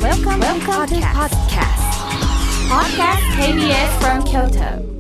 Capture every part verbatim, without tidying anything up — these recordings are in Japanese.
Welcome, Welcome to podcast. Podcast ケービーエス from Kyoto.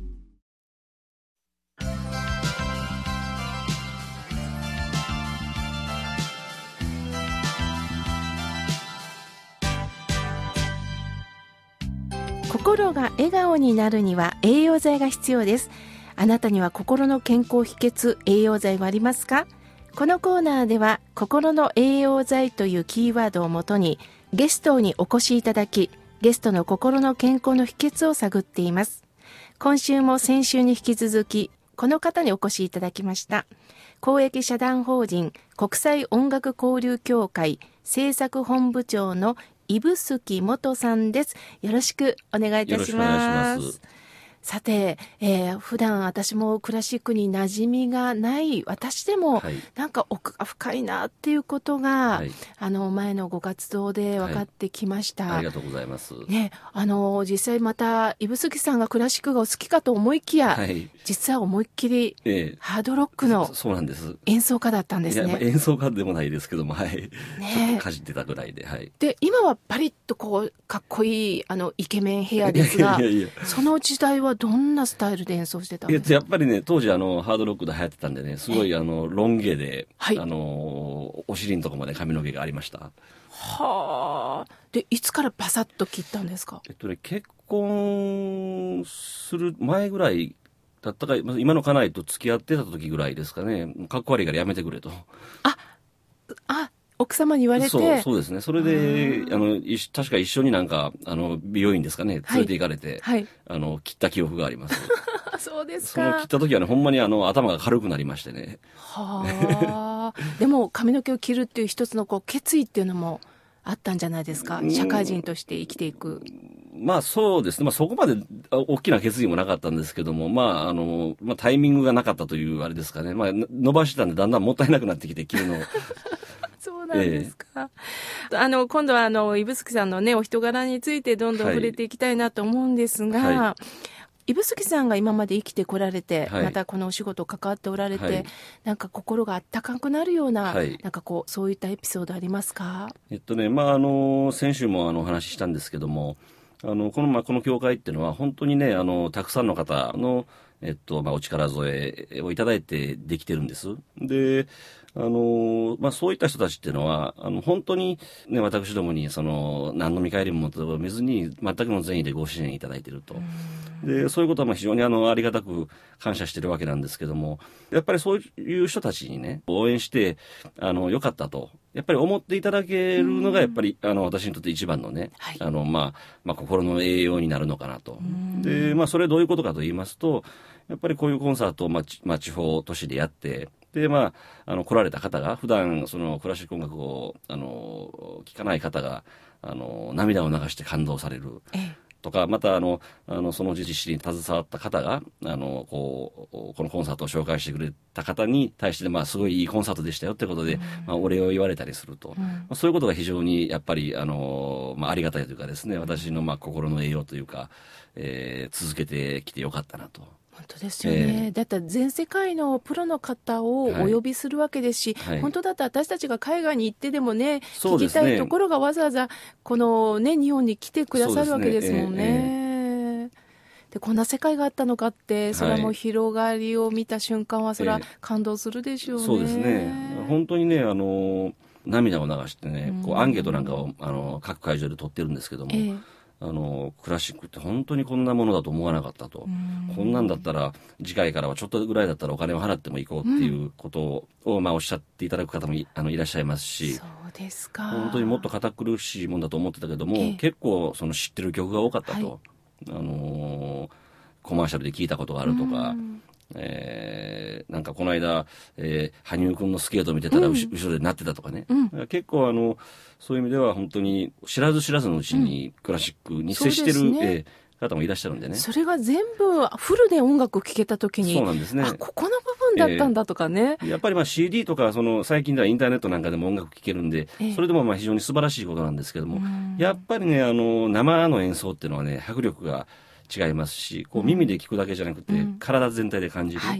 心が笑顔になるには栄養剤が必要です。あなたには心の健康秘訣、栄養剤はありますか？このコーナーでは心の栄養剤というキーワードをもとにゲストにお越しいただき、ゲストの心の健康の秘訣を探っています。今週も先週に引き続きこの方にお越しいただきました。公益社団法人国際音楽交流協会制作本部長の指宿元さんです。よろしくお願いいたします。よろしくお願いします。さて、えー、普段私もクラシックに馴染みがない私でも、はい、なんか奥が深いなっていうことが、はい、あの前のご活動で分かってきました、はい、 ありがとうございます、 ね、あの実際また指宿さんがクラシックがお好きかと思いきや、はい、実は思いっきり、えー、ハードロックの演奏家だったんですね。 いや、まあ、演奏家でもないですけども、はい、ね、ちょっとかじってたぐらいで、はい、 で今はパリッとこうかっこいいあのイケメンヘアですがいやいやいや、その時代はどんなスタイルで演奏してたんですか？ やっぱりね、当時あのハードロックで流行ってたんでね、すごいあのロン毛で、はい、あのお尻のところまで髪の毛がありました。 はあ。でいつからバサッと切ったんですか？ えっとね、結婚する前ぐらいだったか、今の家内と付き合ってた時ぐらいですかね。かっこ悪いからやめてくれと。 ああ奥様に言われて。 そう、そうですね。それで、あの、確か一緒になんか、あの、美容院ですかね、連れて行かれて、はいはい、あの、切った記憶があります。 そうですか。その切った時はね、ほんまにあの、頭が軽くなりましてね。 はあ。でも、髪の毛を切るっていう一つのこう、決意っていうのもあったんじゃないですか。社会人として生きていく。 まあそうですね。まあそこまで大きな決意もなかったんですけども、まああの、まあタイミングがなかったというあれですかね。まあ伸ばしてたんでだんだんもったいなくなってきて、切るのを。 そうなんですか。えー、あの今度はあの指宿さんのねお人柄についてどんどん触れていきたいなと思うんですが、はいはい、指宿さんが今まで生きてこられて、はい、またこのお仕事関わっておられて、はい、なんか心があったかくなるような、はい、なんかこうそういったエピソードありますか？ えっとね、まああの先週もあのお話ししたんですけども、あのこのまあこの教会っていうのは本当にね、あのたくさんの方のえっとまあお力添えをいただいてできてるんです。で。あのまあ、そういった人たちっていうのはあの本当に、ね、私どもにその何の見返りも求めずに全くの善意でご支援いただいていると。でそういうことはまあ非常にあのありがたく感謝しているわけなんですけども、やっぱりそういう人たちにね応援してあのよかったとやっぱり思っていただけるのがやっぱりあの私にとって一番のね、はい、あのまあまあ、心の栄養になるのかなと。で、まあ、それはどういうことかと言いますと、やっぱりこういうコンサートを、まあまあ、地方都市でやってでまあ、あの来られた方が普段そのクラシック音楽をあの聴かない方があの涙を流して感動されるとか、またあのあのその実施に携わった方があのこうこのコンサートを紹介してくれた方に対して、まあ、すごいいいコンサートでしたよってことで、うんまあ、お礼を言われたりすると、うんまあ、そういうことが非常にやっぱりあの、まあ、ありがたいというかですね、私のまあ心の栄養というか、えー、続けてきてよかったなと。 本当ですよね、えー、だって全世界のプロの方をお呼びするわけですし、はい、本当だったら私たちが海外に行ってでもね、聞きたいところがわざわざこの、ね、日本に来てくださるわけですもんね。えーえー、でこんな世界があったのかって、それはもう広がりを見た瞬間はそれは感動するでしょうね。えー、そうですね。 本当にね、あの涙を流してね、こうアンケートなんかをあの各会場で取ってるんですけども、えーあのクラシックって本当にこんなものだと思わなかったと。んこんなんだったら次回からはちょっとぐらいだったらお金を払っても行こうっていうことを、うんまあ、おっしゃっていただく方も い, あのいらっしゃいますし、 そうですか。 本当にもっと堅苦しいもんだと思ってたけども、ええ、結構その知ってる曲が多かったと、はいあのー、コマーシャルで聞いたことがあるとか、えー、なんかこの間、えー、羽生くんのスケート見てたら、うん、後ろで鳴ってたとかね、うん、結構あのそういう意味では本当に知らず知らずのうちにクラシックに接してる、うんねえー、方もいらっしゃるんでね。 それが全部フルで音楽聴けた時に、 そうなんですね、 あここの部分だったんだとかね、 えー、やっぱりまあ シーディー とかその最近ではインターネットなんかでも音楽聴けるんで、えー、それでもまあ非常に素晴らしいことなんですけども、やっぱりねあの生の演奏っていうのはね迫力が違いますし、こう耳で聞くだけじゃなくて、うん、体全体で感じる、はい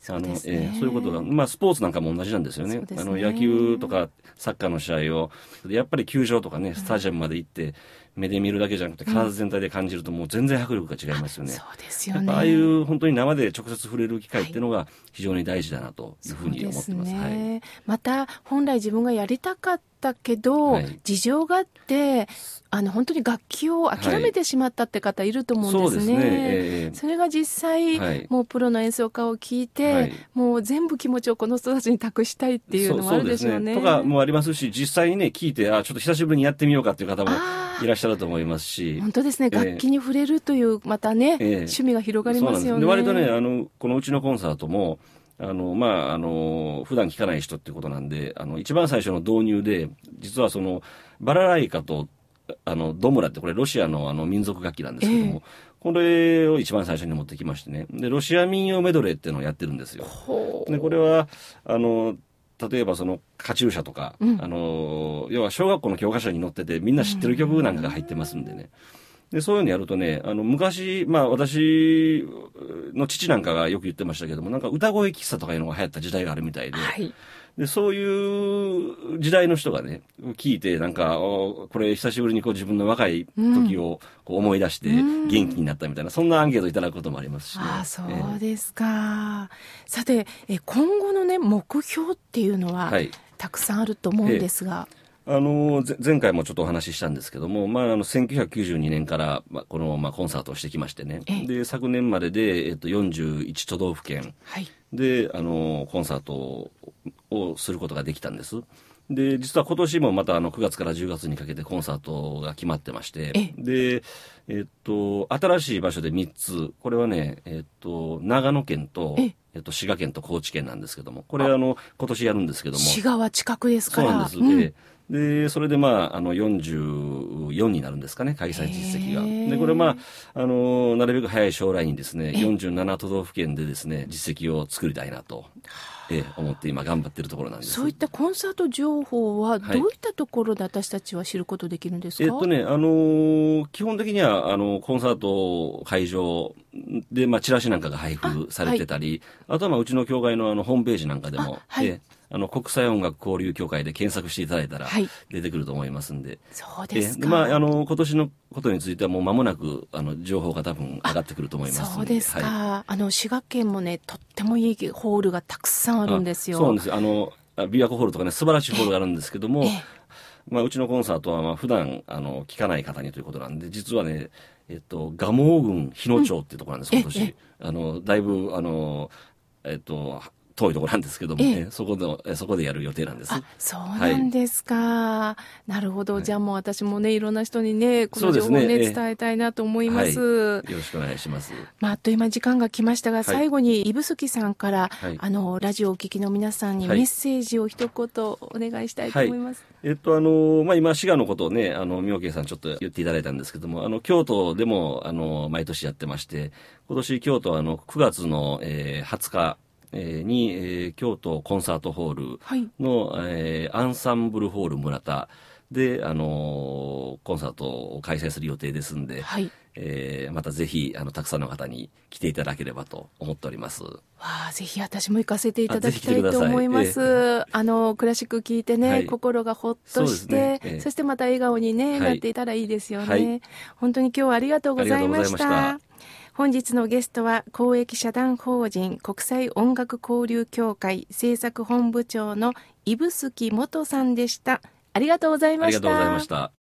そうですね。 あの、えー、そういうことが、まあ、スポーツなんかも同じなんですよね。 そうですね。 あの野球とかサッカーの試合をやっぱり球場とかねスタジアムまで行って、うん、目で見るだけじゃなくて体全体で感じるともう全然迫力が違いますよね。 そうですよね。 やっぱああいう本当に生で直接触れる機会っていうのが非常に大事だなというふうに思ってます。 そうですね。 はい、 また本来自分がやりたかったけど、はい、事情があってあの本当に楽器を諦めてしまったって方いると思うんですね。はい、そうですね。えー、それが実際、はい、もうプロの演奏家を聞いて、はい、もう全部気持ちをこの人たちに託したいっていうのもあるでしょうね。 そうそうですね。とかもありますし、実際にね聞いてあちょっと久しぶりにやってみようかっていう方もいらっしゃると思いますし、 本当ですね。楽器に触れるというまたね、えー、趣味が広がりますよね。 で割とねあのこのうちのコンサートもあのまああの普段聴かない人っていうことなんで、あの一番最初の導入で実はそのバラライカとあのドムラってこれロシアのあの民族楽器なんですけども、えー、これを一番最初に持ってきましてね、でロシア民謡メドレーっていうのをやってるんですよ。でこれはあの例えばそのカチューシャとか、うん、あの要は小学校の教科書に載っててみんな知ってる曲なんかが入ってますんでね、でそういうのやるとね、あの昔、まあ、私の父なんかがよく言ってましたけども、なんか歌声喫茶とかいうのが流行った時代があるみたいで、はい、でそういう時代の人がね聞いてなんかこれ久しぶりにこう自分の若い時をこう思い出して元気になったみたいな、うん、そんなアンケートいただくこともありますし、ね、 あそうですか、えー、さてえ今後のね目標っていうのは、はい、たくさんあると思うんですが、えーあの前回もちょっとお話ししたんですけども、まあ、あのせんきゅうひゃくきゅうじゅうにねんから、まあ、この、まあ、コンサートをしてきましてね、で昨年までで、えっと、よんじゅういち都道府県で、はい、あのコンサートをすることができたんです。で実は今年もまたあのくがつからじゅうがつにかけてコンサートが決まってまして、で、えっと、新しい場所でみっつ、これはね、えっと、長野県とえっと、滋賀県と高知県なんですけども、これあの今年やるんですけども、 滋賀は近くですから。 そうなんです、うん、でそれでまああのよんじゅうよんになるんですかね、開催実績が。でこれまああのなるべく早い将来にですねよんじゅうなな都道府県でですね実績を作りたいなとえ思って今頑張っているところなんです。 そういったコンサート情報はどういったところで私たちは知ることできるんですか？ はい、えっとねあの基本的にはあのコンサート会場で、まあ、チラシなんかが配布されてたり、あ、はい、あとはまあうちの協会のあのホームページなんかでも、はい、えあの国際音楽交流協会で検索していただいたら出てくると思いますんで、はい、 そうですか。 で、まあ、あの今年のことについてはもう間もなくあの情報が多分上がってくると思いますので。 そうですか、はい、あの滋賀県もねとってもいいホールがたくさんあるんですよ。 そうなんです。あの琵琶湖ホールとかね素晴らしいホールがあるんですけども、まあ、うちのコンサートはまあ普段あの聞かない方にということなんで、実はねえっと蒲生郡日野町っていうところなんです、うん、今年あのだいぶあのえっと遠いところなんですけども、ね、そこでそこでやる予定なんです。 あ、そうなんですか、はい、なるほど、はい、じゃあもう私もねいろんな人にねこの情報をね、ね伝えたいなと思います、はい、 よろしくお願いします。 まあ、あっという間に時間が来ましたが、はい、最後に指宿さんから、はい、あのラジオをお聞きの皆さんにメッセージを一言お願いしたいと思います。 はい、えっとあのまあ、今滋賀のことをねあの妙慶さんちょっと言っていただいたんですけども、あの京都でもあの毎年やってまして、今年京都はあのくがつの、えー、はつかに、えー、京都コンサートホールの、はいえー、アンサンブルホール村田で、あのー、コンサートを開催する予定ですんで、はいえー、またぜひあのたくさんの方に来ていただければと思っております。わあ、ぜひ私も行かせていただきたいと思います。あ、えー、あのクラシック聴いてね、はい、心がほっとして、ねえー、そしてまた笑顔に、ねはい、なっていたらいいですよね、はい、本当に今日はありがとうございました。本日のゲストは公益社団法人国際音楽交流協会制作本部長の指宿元さんでした。ありがとうございました。 ありがとうございました。